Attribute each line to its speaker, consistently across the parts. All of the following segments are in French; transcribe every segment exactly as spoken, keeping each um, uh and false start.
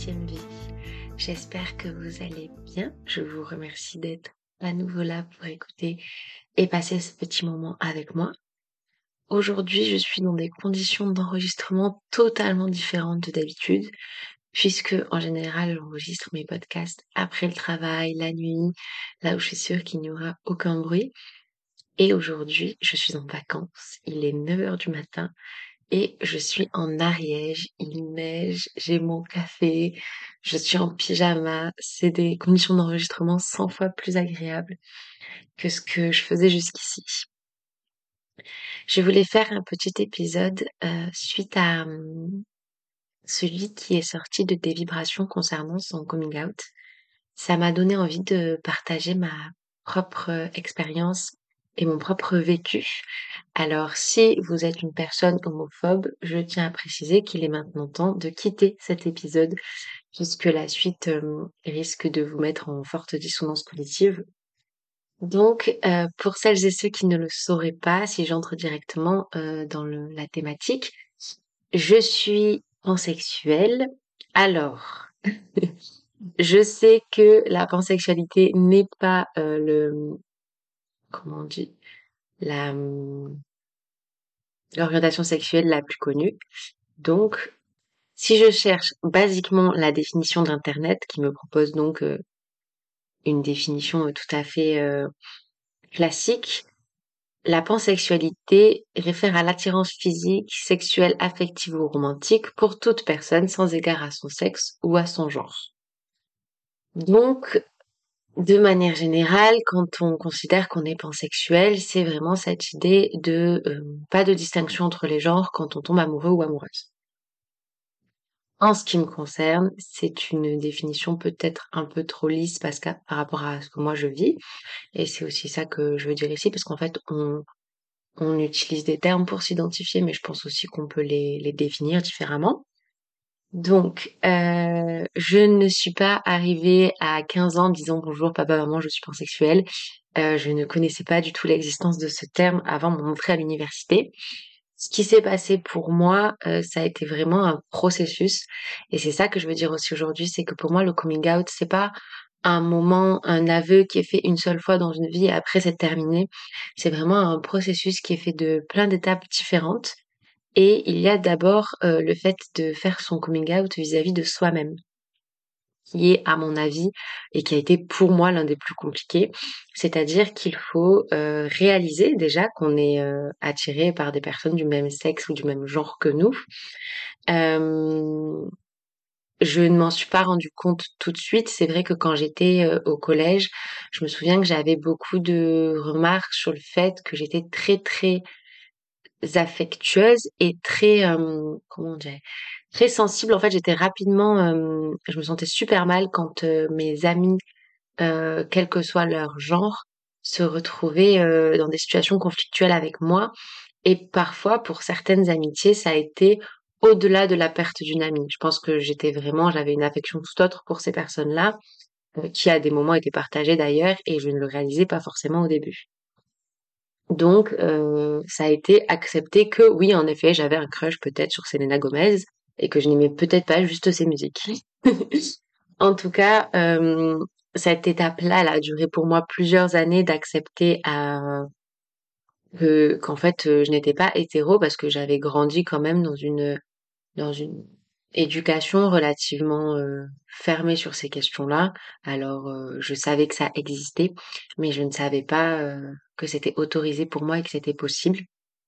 Speaker 1: ancienne vie. J'espère que vous allez bien. Je vous remercie d'être à nouveau là pour écouter et passer ce petit moment avec moi. Aujourd'hui, je suis dans des conditions d'enregistrement totalement différentes de d'habitude, puisque en général, j'enregistre mes podcasts après le travail, la nuit, là où je suis sûre qu'il n'y aura aucun bruit. Et aujourd'hui, je suis en vacances. Il est neuf heures du matin. Et je suis en Ariège, il neige, j'ai mon café, je suis en pyjama. C'est des conditions d'enregistrement cent fois plus agréables que ce que je faisais jusqu'ici. Je voulais faire un petit épisode euh, suite à hum, celui qui est sorti de Des Vibrations concernant son coming out. Ça m'a donné envie de partager ma propre euh, expérience et mon propre vécu. Alors, si vous êtes une personne homophobe, je tiens à préciser qu'il est maintenant temps de quitter cet épisode, puisque la suite euh, risque de vous mettre en forte dissonance cognitive. Donc, euh, pour celles et ceux qui ne le sauraient pas, si j'entre directement euh, dans le, la thématique, je suis pansexuelle. Alors, je sais que la pansexualité n'est pas euh, le, comment on dit, la hum, l'orientation sexuelle la plus connue. Donc, si je cherche basiquement la définition d'Internet, qui me propose donc euh, une définition euh, tout à fait euh, classique, la pansexualité réfère à l'attirance physique, sexuelle, affective ou romantique pour toute personne sans égard à son sexe ou à son genre. Donc, de manière générale, quand on considère qu'on est pansexuel, c'est vraiment cette idée de euh, pas de distinction entre les genres quand on tombe amoureux ou amoureuse. En ce qui me concerne, c'est une définition peut-être un peu trop lisse parce que par rapport à ce que moi je vis, et c'est aussi ça que je veux dire ici, parce qu'en fait on, on utilise des termes pour s'identifier, mais je pense aussi qu'on peut les, les définir différemment. Donc, euh, je ne suis pas arrivée à quinze ans disant bonjour papa, maman, je suis pansexuelle. Euh, je ne connaissais pas du tout l'existence de ce terme avant mon entrée à l'université. Ce qui s'est passé pour moi, euh, ça a été vraiment un processus. Et c'est ça que je veux dire aussi aujourd'hui, c'est que pour moi, le coming out, c'est pas un moment, un aveu qui est fait une seule fois dans une vie et après c'est terminé. C'est vraiment un processus qui est fait de plein d'étapes différentes. Et il y a d'abord euh, le fait de faire son coming out vis-à-vis de soi-même, qui est, à mon avis, et qui a été pour moi l'un des plus compliqués. C'est-à-dire qu'il faut euh, réaliser déjà qu'on est euh, attiré par des personnes du même sexe ou du même genre que nous. Euh, je ne m'en suis pas rendu compte tout de suite. C'est vrai que quand j'étais euh, au collège, je me souviens que j'avais beaucoup de remarques sur le fait que j'étais très très affectueuse et très euh, comment on dirait très sensible. En fait, j'étais rapidement, euh, je me sentais super mal quand euh, mes amis, euh, quel que soit leur genre, se retrouvaient euh, dans des situations conflictuelles avec moi. Et parfois, pour certaines amitiés, ça a été au-delà de la perte d'une amie. Je pense que j'étais vraiment, j'avais une affection tout autre pour ces personnes-là, euh, qui à des moments étaient partagées d'ailleurs, et je ne le réalisais pas forcément au début. Donc, euh, ça a été accepté que oui, en effet, j'avais un crush peut-être sur Selena Gomez et que je n'aimais peut-être pas juste ses musiques. En tout cas, euh, cette étape-là, elle a duré pour moi plusieurs années d'accepter à, que, qu'en fait, euh, je n'étais pas hétéro parce que j'avais grandi quand même dans une, dans une éducation relativement euh, fermée sur ces questions-là. Alors, euh, je savais que ça existait, mais je ne savais pas euh, que c'était autorisé pour moi et que c'était possible.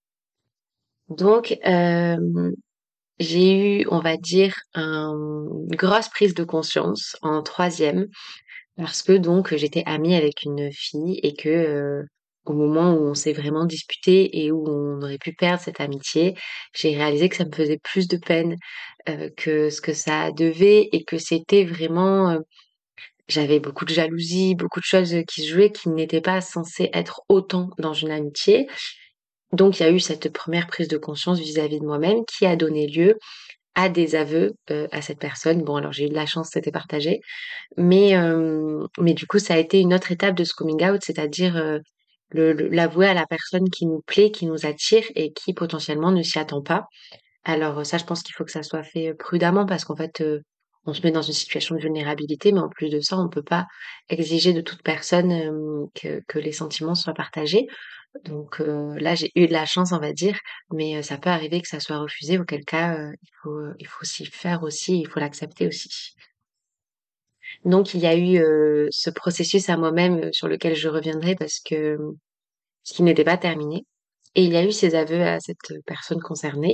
Speaker 1: Donc, euh, j'ai eu, on va dire, un- une grosse prise de conscience en troisième parce que donc j'étais amie avec une fille et que euh, au moment où on s'est vraiment disputé et où on aurait pu perdre cette amitié, j'ai réalisé que ça me faisait plus de peine euh, que ce que ça devait et que c'était vraiment, euh, j'avais beaucoup de jalousie, beaucoup de choses qui se jouaient qui n'étaient pas censées être autant dans une amitié. Donc il y a eu cette première prise de conscience vis-à-vis de moi-même qui a donné lieu à des aveux euh, à cette personne. Bon, alors j'ai eu de la chance, c'était partagé, mais euh, mais du coup ça a été une autre étape de ce coming out, c'est-à-dire euh, le, le- l'avouer à la personne qui nous plaît, qui nous attire et qui potentiellement ne s'y attend pas. Alors euh, ça, je pense qu'il faut que ça soit fait prudemment parce qu'en fait, euh, on se met dans une situation de vulnérabilité, mais en plus de ça, on peut pas exiger de toute personne euh, que, que les sentiments soient partagés. Donc euh, là, j'ai eu de la chance, on va dire, mais euh, ça peut arriver que ça soit refusé, auquel cas euh, il faut il faut s'y faire aussi, il faut l'accepter aussi. Donc il y a eu euh, ce processus à moi-même euh, sur lequel je reviendrai parce que ce qui n'était pas terminé. Et il y a eu ces aveux à cette personne concernée.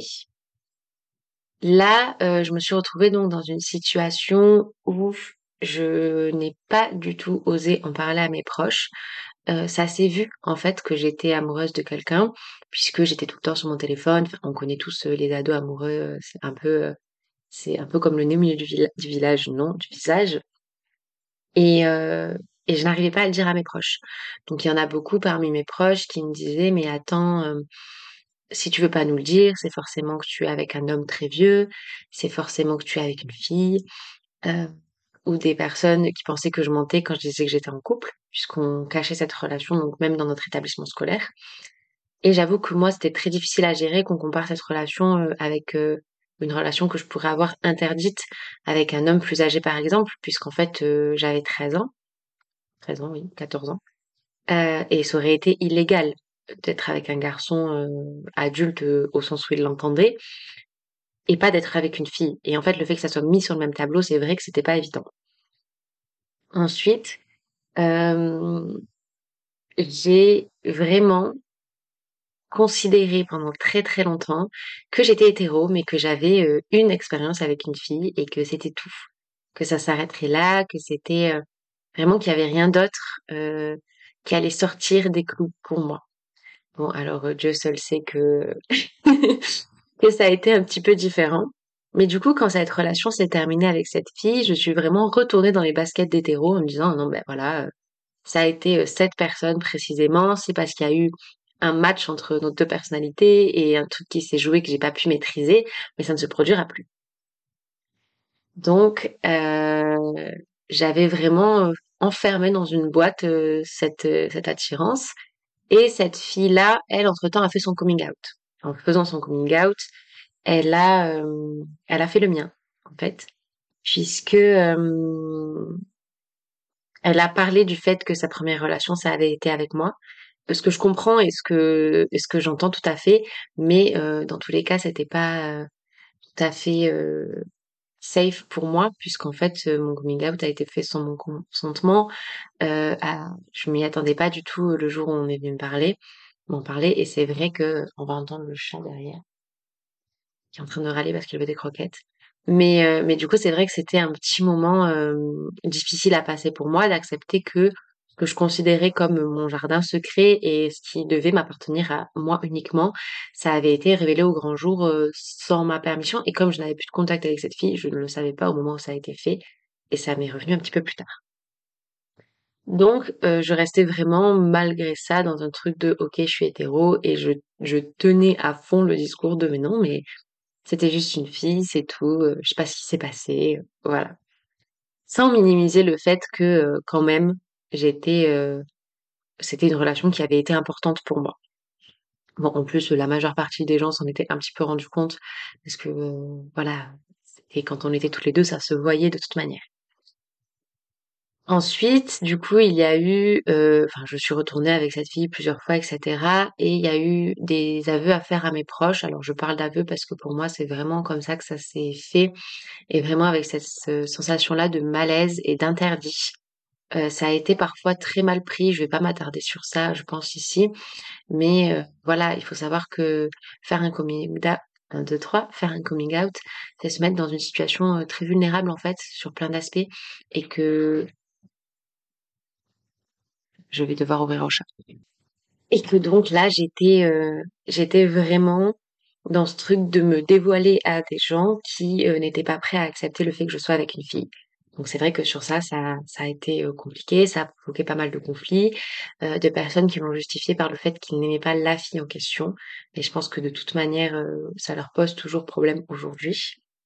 Speaker 1: Là, euh, je me suis retrouvée donc dans une situation où je n'ai pas du tout osé en parler à mes proches. Euh, ça s'est vu en fait que j'étais amoureuse de quelqu'un puisque j'étais tout le temps sur mon téléphone. Enfin, on connaît tous euh, les ados amoureux, euh, c'est un peu, euh, c'est un peu comme le nez au milieu du, villa- du village, non, du visage. Et, euh, et je n'arrivais pas à le dire à mes proches. Donc il y en a beaucoup parmi mes proches qui me disaient, mais attends, euh, si tu veux pas nous le dire, c'est forcément que tu es avec un homme très vieux, c'est forcément que tu es avec une fille, euh, ou des personnes qui pensaient que je mentais quand je disais que j'étais en couple, puisqu'on cachait cette relation, donc même dans notre établissement scolaire. Et j'avoue que moi, c'était très difficile à gérer qu'on compare cette relation euh, avec euh, une relation que je pourrais avoir interdite avec un homme plus âgé, par exemple, puisqu'en fait, euh, j'avais treize ans, treize ans, oui, quatorze ans, euh, et ça aurait été illégal d'être avec un garçon euh, adulte euh, au sens où il l'entendait, et pas d'être avec une fille. Et en fait, le fait que ça soit mis sur le même tableau, c'est vrai que c'était pas évident. Ensuite, euh, j'ai vraiment considéré pendant très très longtemps que j'étais hétéro, mais que j'avais euh, une expérience avec une fille et que c'était tout, que ça s'arrêterait là, que c'était euh, vraiment qu'il y avait rien d'autre euh, qui allait sortir des clous pour moi. Bon, alors euh, Dieu seul sait que que ça a été un petit peu différent. Mais du coup, quand cette relation s'est terminée avec cette fille, je suis vraiment retournée dans les baskets d'hétéro en me disant non ben voilà, euh, ça a été euh, cette personne précisément, c'est parce qu'il y a eu un match entre nos deux personnalités et un truc qui s'est joué que j'ai pas pu maîtriser, mais ça ne se produira plus. Donc, euh, j'avais vraiment euh, enfermé dans une boîte euh, cette, euh, cette attirance. Et cette fille-là, elle, entre-temps, a fait son coming out. En faisant son coming out, elle a, euh, elle a fait le mien, en fait, puisque euh, elle a parlé du fait que sa première relation, ça avait été avec moi. Ce que je comprends et ce que, et ce que j'entends tout à fait, mais euh, dans tous les cas, c'était pas euh, tout à fait euh, safe pour moi, puisqu'en fait, euh, mon coming out a été fait sans mon consentement. Euh, à- je m'y attendais pas du tout le jour où on est venu me parler, m'en parler, et c'est vrai que on va entendre le chat derrière qui est en train de râler parce qu'il veut des croquettes. Mais, euh, mais du coup, c'est vrai que c'était un petit moment euh, difficile à passer pour moi d'accepter que ce que je considérais comme mon jardin secret et ce qui devait m'appartenir à moi uniquement, ça avait été révélé au grand jour euh, sans ma permission. Et comme je n'avais plus de contact avec cette fille, je ne le savais pas au moment où ça a été fait. Et ça m'est revenu un petit peu plus tard. Donc, euh, je restais vraiment, malgré ça, dans un truc de «Ok, je suis hétéro» et je, je tenais à fond le discours de «Mais non, mais c'était juste une fille, c'est tout, euh, je sais pas ce qui s'est passé», euh, voilà. Sans minimiser le fait que euh, quand même j'étais euh, c'était une relation qui avait été importante pour moi. Bon, en plus la majeure partie des gens s'en étaient un petit peu rendu compte parce que euh, voilà, et quand on était toutes les deux, ça se voyait de toute manière. Ensuite, du coup, il y a eu, euh, enfin, je suis retournée avec cette fille plusieurs fois, et cetera. Et il y a eu des aveux à faire à mes proches. Alors, je parle d'aveux parce que pour moi, c'est vraiment comme ça que ça s'est fait, et vraiment avec cette ce- sensation-là de malaise et d'interdit. Euh, ça a été parfois très mal pris. Je vais pas m'attarder sur ça, je pense ici, mais euh, voilà, il faut savoir que faire un coming out, un, deux, trois, faire un coming out, c'est se mettre dans une situation euh, très vulnérable en fait sur plein d'aspects, et que je vais devoir ouvrir au chat. Et que donc là, j'étais, euh, j'étais vraiment dans ce truc de me dévoiler à des gens qui euh, n'étaient pas prêts à accepter le fait que je sois avec une fille. Donc c'est vrai que sur ça, ça, ça a été euh, compliqué, ça a provoqué pas mal de conflits, euh, de personnes qui l'ont justifié par le fait qu'ils n'aimaient pas la fille en question. Et je pense que de toute manière, euh, ça leur pose toujours problème aujourd'hui.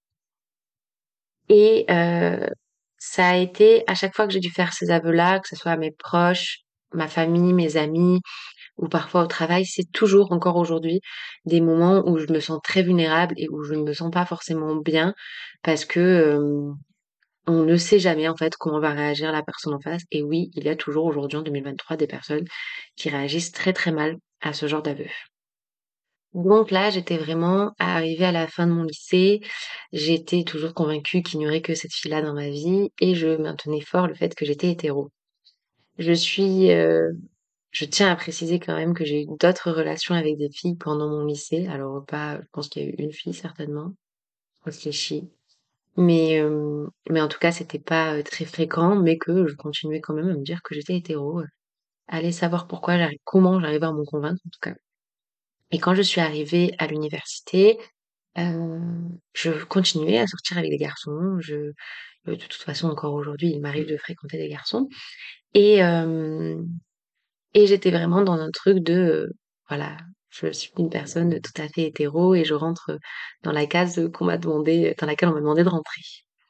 Speaker 1: Et euh, ça a été à chaque fois que j'ai dû faire ces aveux-là, que ce soit à mes proches, ma famille, mes amis, ou parfois au travail, c'est toujours encore aujourd'hui des moments où je me sens très vulnérable et où je ne me sens pas forcément bien parce que euh, on ne sait jamais en fait comment va réagir la personne en face. Et oui, il y a toujours aujourd'hui en deux mille vingt-trois des personnes qui réagissent très très mal à ce genre d'aveu. Donc là, j'étais vraiment arrivée à la fin de mon lycée. J'étais toujours convaincue qu'il n'y aurait que cette fille-là dans ma vie et je maintenais fort le fait que j'étais hétéro. Je suis, euh, je tiens à préciser quand même que j'ai eu d'autres relations avec des filles pendant mon lycée. Alors pas, je pense qu'il y a eu une fille certainement, réfléchis. Mais, euh, mais en tout cas, c'était pas euh, très fréquent, mais que je continuais quand même à me dire que j'étais hétéro. Allez savoir pourquoi j'arrive, comment j'arrivais à m'en convaincre en tout cas. Et quand je suis arrivée à l'université, euh, je continuais à sortir avec des garçons. Je, euh, de toute façon, encore aujourd'hui, il m'arrive de fréquenter des garçons. Et, euh, et j'étais vraiment dans un truc de, euh, voilà, je suis une personne tout à fait hétéro et je rentre dans la case qu'on m'a demandé, dans laquelle on m'a demandé de rentrer.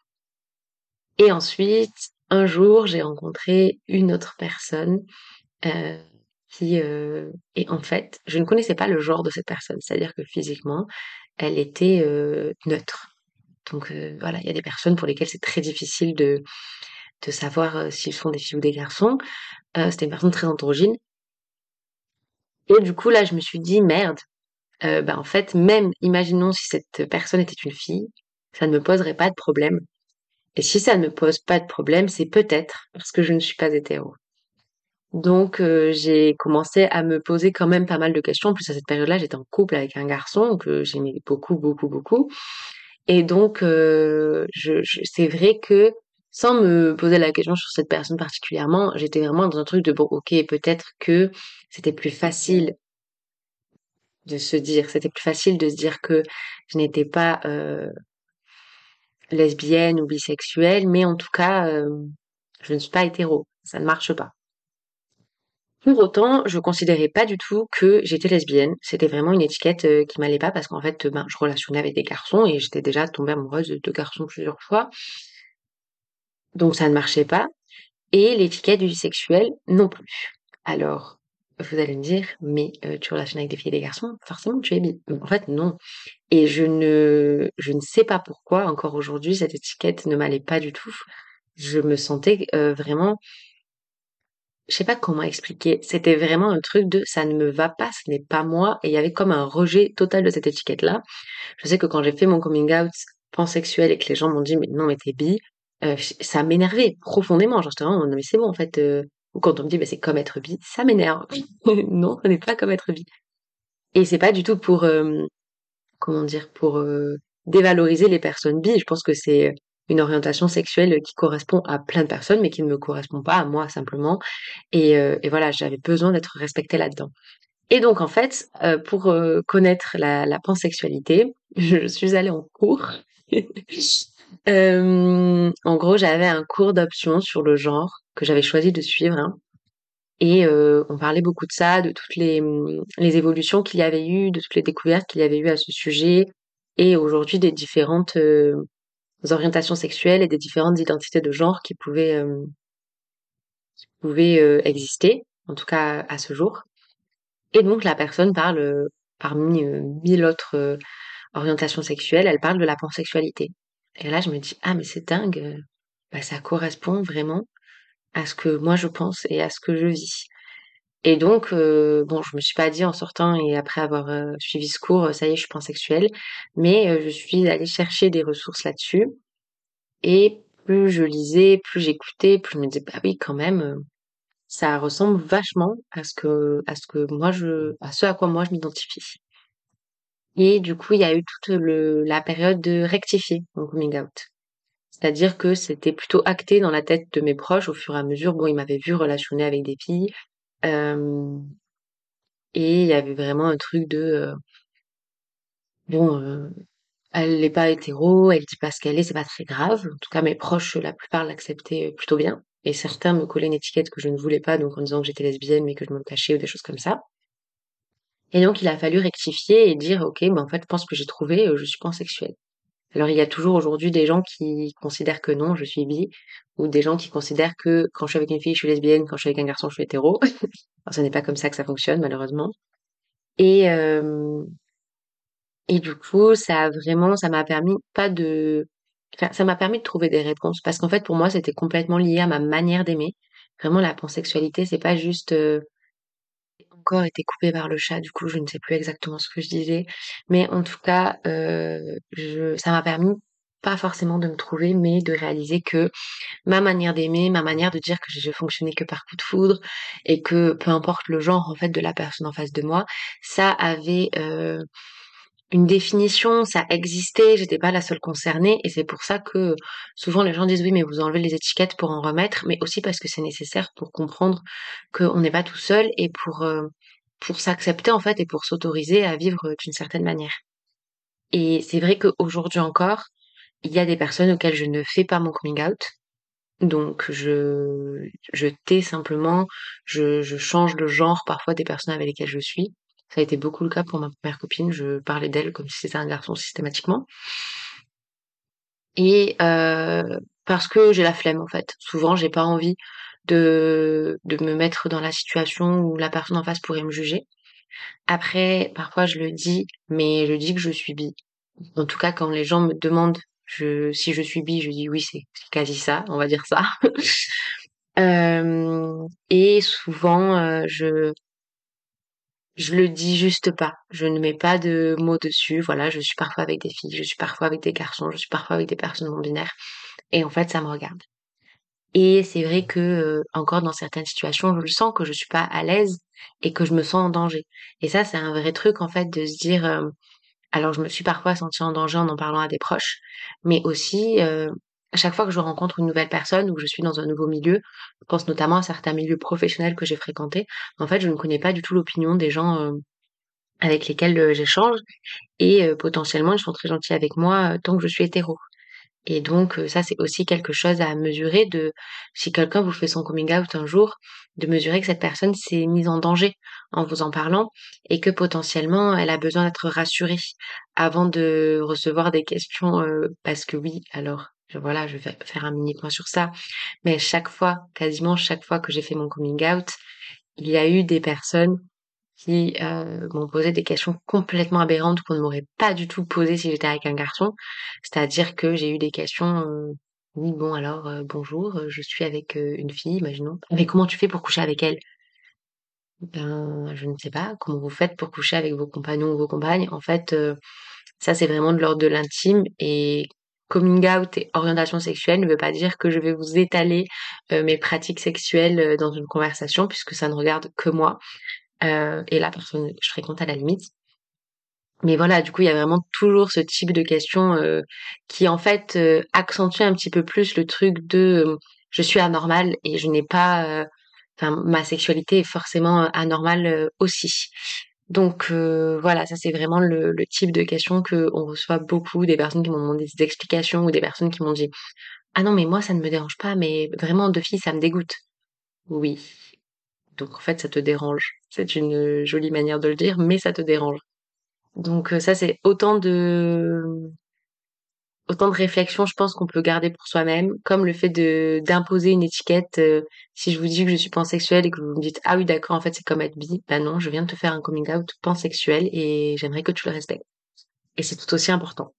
Speaker 1: Et ensuite, un jour, j'ai rencontré une autre personne euh, qui, euh, et en fait, je ne connaissais pas le genre de cette personne, c'est-à-dire que physiquement, elle était euh, neutre. Donc euh, voilà, il y a des personnes pour lesquelles c'est très difficile de, de savoir euh, s'ils sont des filles ou des garçons. Euh, c'était une personne très androgyne. Et du coup, là, je me suis dit, merde, euh, bah, en fait, même, imaginons si cette personne était une fille, ça ne me poserait pas de problème. Et si ça ne me pose pas de problème, c'est peut-être parce que je ne suis pas hétéro. Donc, euh, j'ai commencé à me poser quand même pas mal de questions. En plus, à cette période-là, j'étais en couple avec un garçon que j'aimais beaucoup, beaucoup, beaucoup. Et donc, euh, je, je- c'est vrai que sans me poser la question sur cette personne particulièrement, j'étais vraiment dans un truc de bon, ok, peut-être que c'était plus facile de se dire, c'était plus facile de se dire que je n'étais pas euh, lesbienne ou bisexuelle, mais en tout cas, euh, je ne suis pas hétéro. Ça ne marche pas. Pour autant, je considérais pas du tout que j'étais lesbienne. C'était vraiment une étiquette euh, qui m'allait pas parce qu'en fait, ben, je relationnais avec des garçons et j'étais déjà tombée amoureuse de deux garçons plusieurs fois. Donc ça ne marchait pas. Et l'étiquette du bisexuel non plus. Alors, vous allez me dire, mais euh, tu relationnes avec des filles et des garçons, forcément tu es bi. En fait, non. Et je ne, je ne sais pas pourquoi, encore aujourd'hui, cette étiquette ne m'allait pas du tout. Je me sentais euh, vraiment, je sais pas comment expliquer. C'était vraiment un truc de, ça ne me va pas, ce n'est pas moi. Et il y avait comme un rejet total de cette étiquette-là. Je sais que quand j'ai fait mon coming out pansexuel et que les gens m'ont dit, mais non, mais t'es bi, euh, ça m'énervait profondément. Genre, j'étais vraiment, non, mais c'est bon, en fait. Euh, ou quand on me dit, bah, c'est comme être bi, ça m'énerve. Non, ce n'est pas comme être bi. Et c'est pas du tout pour, euh, comment dire, pour euh, dévaloriser les personnes bi. Je pense que c'est une orientation sexuelle qui correspond à plein de personnes, mais qui ne me correspond pas à moi simplement. Et, euh, et voilà, j'avais besoin d'être respectée là-dedans. Et donc, en fait, euh, pour euh, connaître la, la pansexualité, je suis allée en cours. Euh, en gros, j'avais un cours d'option sur le genre que j'avais choisi de suivre, hein. Et euh, on parlait beaucoup de ça, de toutes les, hum, les évolutions qu'il y avait eu, de toutes les découvertes qu'il y avait eu à ce sujet, et aujourd'hui des différentes euh, orientations sexuelles et des différentes identités de genre qui pouvaient, euh, pouvaient euh, exister, en tout cas à ce jour. Et donc la personne parle, euh, parmi euh, mille autres euh, orientations sexuelles, elle parle de la pansexualité. Et là, je me dis, ah mais c'est dingue, euh, bah, ça correspond vraiment à ce que moi je pense et à ce que je vis. Et donc, euh, bon, je me suis pas dit en sortant et après avoir euh, suivi ce cours, euh, ça y est, je suis pansexuelle, mais euh, je suis allée chercher des ressources là-dessus. Et plus je lisais, plus j'écoutais, plus je me disais, bah oui, quand même, euh, ça ressemble vachement à ce que, à ce que moi je, à ce à quoi moi je m'identifie. Et du coup, il y a eu toute le, la période de rectifier mon coming out. C'est-à-dire que c'était plutôt acté dans la tête de mes proches au fur et à mesure. Bon, ils m'avaient vu relationner avec des filles. Euh, et il y avait vraiment un truc de, euh, bon, euh, elle n'est pas hétéro, elle dit pas ce qu'elle est, c'est pas très grave. En tout cas, mes proches, la plupart l'acceptaient plutôt bien. Et certains me collaient une étiquette que je ne voulais pas, donc en disant que j'étais lesbienne, mais que je me cachais ou des choses comme ça. Et donc, il a fallu rectifier et dire, OK, ben, en fait, je pense que j'ai trouvé, euh, je suis pansexuelle. Alors, il y a toujours aujourd'hui des gens qui considèrent que non, je suis bi, ou des gens qui considèrent que quand je suis avec une fille, je suis lesbienne, quand je suis avec un garçon, je suis hétéro. Alors, ce n'est pas comme ça que ça fonctionne, malheureusement. Et, euh, et du coup, ça a vraiment, ça m'a permis pas de, enfin, ça m'a permis de trouver des réponses parce qu'en fait, pour moi, c'était complètement lié à ma manière d'aimer. Vraiment, la pansexualité, c'est pas juste, heu mon corps était coupé par le chat, du coup, je ne sais plus exactement ce que je disais. Mais en tout cas, heu, je ça m'a permis, pas forcément de me trouver, mais de réaliser que ma manière d'aimer, ma manière de dire que je fonctionnais que par coup de foudre et que peu importe le genre, en fait, de la personne en face de moi, ça avait, heu une définition, ça existait, j'étais pas la seule concernée et c'est pour ça que souvent les gens disent: «Oui, mais vous enlevez les étiquettes pour en remettre», mais aussi parce que c'est nécessaire pour comprendre qu'on n'est pas tout seul et pour, heu, pour s'accepter en fait et pour s'autoriser à vivre, heu, d'une certaine manière. Et c'est vrai qu'aujourd'hui encore, il y a des personnes auxquelles je ne fais pas mon coming out, donc je je tais simplement, je je change le genre parfois des personnes avec lesquelles je suis. Ça a été beaucoup le cas pour ma première copine, je parlais d'elle comme si c'était un garçon systématiquement et heu, parce que j'ai la flemme en fait. Souvent, j'ai pas envie de de me mettre dans la situation où la personne en face pourrait me juger. Après, parfois je le dis, mais je dis que je suis bi. En tout cas, quand les gens me demandent je si je suis bi, je dis: «Oui, c'est c'est quasi ça», on va dire ça. Hem et souvent, heu, je je le dis juste pas. Je ne mets pas de mots dessus. Voilà, je suis parfois avec des filles, je suis parfois avec des garçons, je suis parfois avec des personnes non binaires et en fait, ça me regarde. Et c'est vrai que, heu, encore dans certaines situations, je le sens que je suis pas à l'aise et que je me sens en danger. Et ça, c'est un vrai truc en fait de se dire, hem alors je me suis parfois sentie en danger en en parlant à des proches, mais aussi, heu, à chaque fois que je rencontre une nouvelle personne ou que je suis dans un nouveau milieu, je pense notamment à certains milieux professionnels que j'ai fréquentés. En fait, je ne connais pas du tout l'opinion des gens, heu, avec lesquels, heu, j'échange et heu, potentiellement ils sont très gentils avec moi, heu, tant que je suis hétéro. Et donc, heu, ça, c'est aussi quelque chose à mesurer de si quelqu'un vous fait son coming out un jour, de mesurer que cette personne s'est mise en danger en vous en parlant et que potentiellement elle a besoin d'être rassurée avant de recevoir des questions, heu, parce que oui, alors, je voilà, je vais faire un mini point sur ça, mais chaque fois, quasiment chaque fois que j'ai fait mon coming out, il y a eu des personnes qui, heu, m'ont posé des questions complètement aberrantes qu'on ne m'aurait pas du tout posées si j'étais avec un garçon. C'est-à-dire que j'ai eu des questions, heu: «Oui, bon alors, heu, bonjour, heu, je suis avec, heu, une fille, imaginons. Mais comment tu fais pour coucher avec elle?» «Ben, je ne sais pas. Comment vous faites pour coucher avec vos compagnons ou vos compagnes?» En fait, heu, ça c'est vraiment de l'ordre de l'intime et coming out et orientation sexuelle ne veut pas dire que je vais vous étaler, heu, mes pratiques sexuelles, heu, dans une conversation puisque ça ne regarde que moi, heu et la personne que je fréquente à la limite. Mais voilà, du coup, il y a vraiment toujours ce type de questions, heu, qui en fait, heu, accentue un petit peu plus le truc de, hem, je suis anormale et je n'ai pas, heu enfin ma sexualité est forcément, heu, anormale, heu, aussi. Donc heu, voilà, ça c'est vraiment le le type de questions qu'on reçoit beaucoup, des personnes qui m'ont demandé des explications ou des personnes qui m'ont dit: «Ah non, mais moi ça ne me dérange pas, mais vraiment de filles ça me dégoûte». Oui, donc en fait ça te dérange. C'est une, jolie manière de le dire, mais ça te dérange. Donc heu, ça, c'est autant de autant de réflexions, je pense, qu'on peut garder pour soi-même, comme le fait de d'imposer une étiquette, heu, si je vous dis que je suis pansexuelle et que vous me dites: «Ah oui, d'accord, en fait, c'est comme être bi», bah non, je viens de te faire un coming out pansexuel et j'aimerais que tu le respectes et c'est tout aussi important.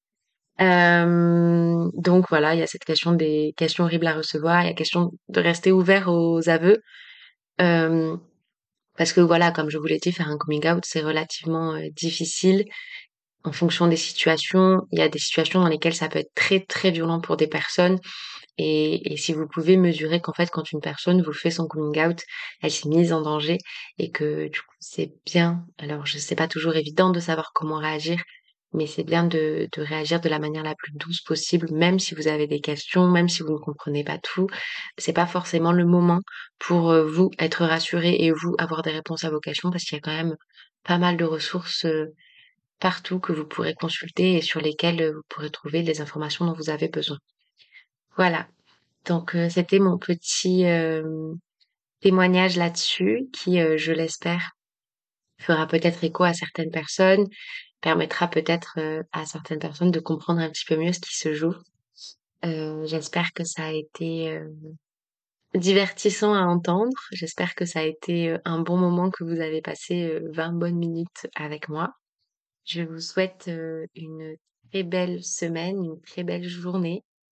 Speaker 1: Hem, donc voilà, il y a cette question des questions horribles à recevoir, il y a question de rester ouvert aux aveux, hem, parce que voilà, comme je vous l'ai dit, faire un coming out, c'est relativement, heu, difficile. En fonction des situations, il y a des situations dans lesquelles ça peut être très, très violent pour des personnes et et si vous pouvez mesurer qu'en fait, quand une personne vous fait son coming out, elle s'est mise en danger et que du coup, c'est bien alors je sais pas toujours évident de savoir comment réagir, mais c'est bien de de réagir de la manière la plus douce possible, même si vous avez des questions, même si vous ne comprenez pas tout. C'est pas forcément le moment pour, heu, vous être rassuré et vous avoir des réponses à vos questions parce qu'il y a quand même pas mal de ressources, heu, partout que vous pourrez consulter et sur lesquelles, heu, vous pourrez trouver les informations dont vous avez besoin. Voilà, donc heu, c'était mon petit, hem, témoignage là-dessus qui, heu, je l'espère, fera peut-être écho à certaines personnes, permettra peut-être, heu, à certaines personnes de comprendre un petit peu mieux ce qui se joue. Heu, j'espère que ça a été, heu, divertissant à entendre. J'espère que ça a été, heu, un bon moment que vous avez passé, heu, vingt bonnes minutes avec moi. Je vous souhaite, heu, une très belle semaine, une très belle journée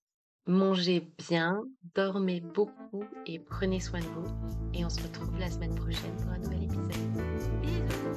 Speaker 1: Mangez bien, dormez beaucoup et prenez soin de vous. Et on se retrouve la semaine prochaine pour un nouvel épisode. Bisous!